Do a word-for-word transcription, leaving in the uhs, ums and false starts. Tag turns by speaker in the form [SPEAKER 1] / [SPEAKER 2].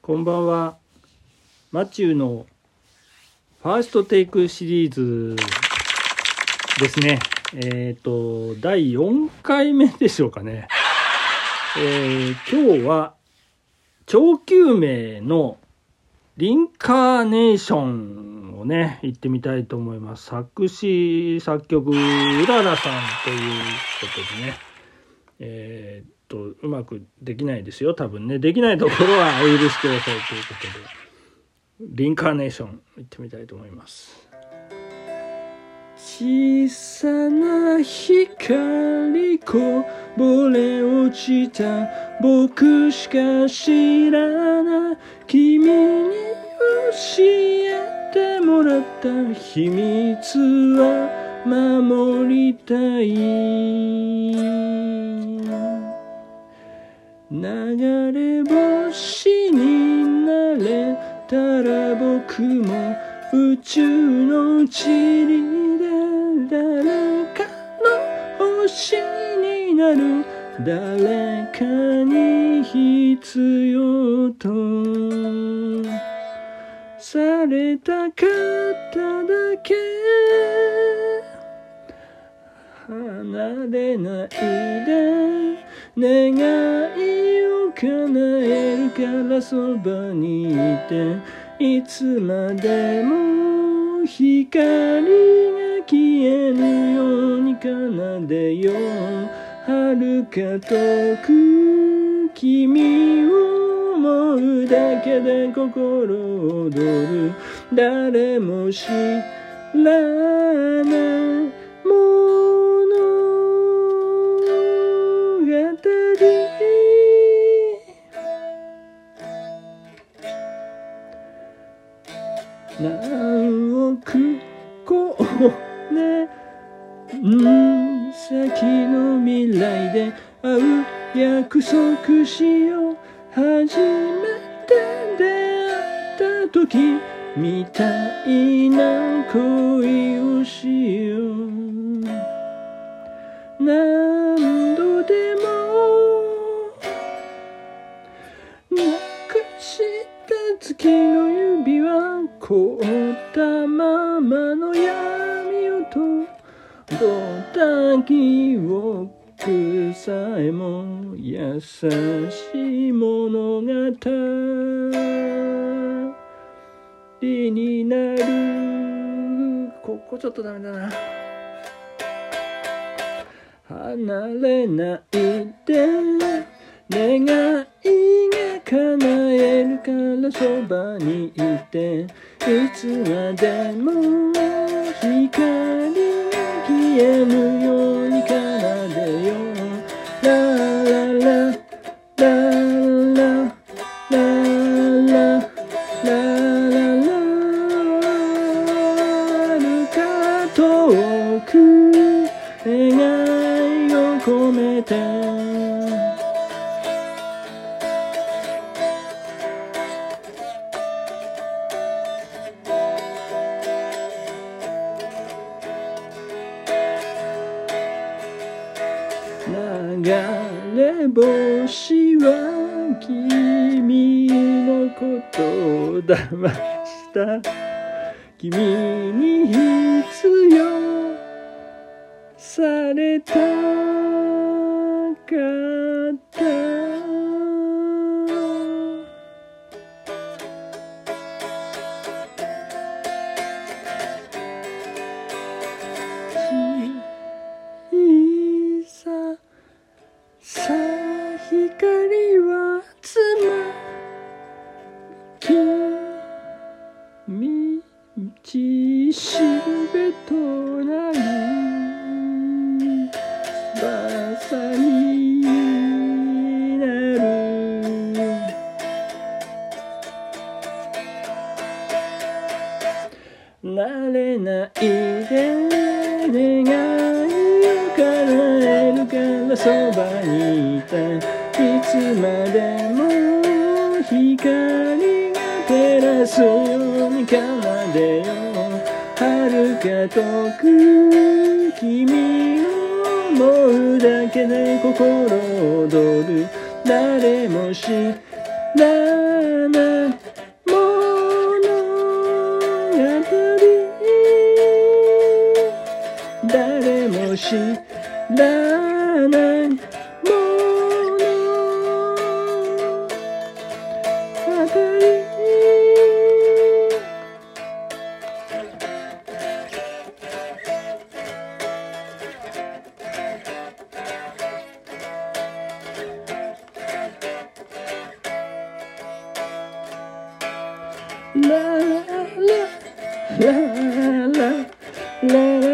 [SPEAKER 1] こんばんは。マチューのファーストテイクシリーズですね。えっと、だいよんかいめでしょうかね。えー、今日は、長久名のリンカーネーションをね、行ってみたいと思います。作詞、作曲、うららさんということでね。えーうまくできないですよ多分ね。できないところはお許しくださいということで、リンカーネーション行ってみたいと思います。小さな光こぼれ落ちた僕しか知らない君に教えてもらった秘密は守りたい。流れ星になれたら僕も宇宙の塵で誰かの星になる誰かに必要とされた方だけ離れないで願いを叶えるからそばにいていつまでも光が消えぬように奏でよう遥か遠く君を思うだけで心躍る誰も知らない何億光年先の未来で会う約束しよう初めて出会った時みたいな恋をしよう何度でもなくした月の指輪凍ったままの闇をとどた記憶さえも優しい物語になるここちょっとダメだな離れないで願いが叶えるからそばにいていつまでも光が消えぬように奏でようララララララララララ遥か遠く願いを込めて流れ星は君のことを騙した君に必要されたかったさあ光はつま君道しべとなり翼になる慣れないで願いを叶えるからそばにいていつまでも光が照らすように奏でよう遥か遠く君を思うだけで心躍る誰も知らないラララララララ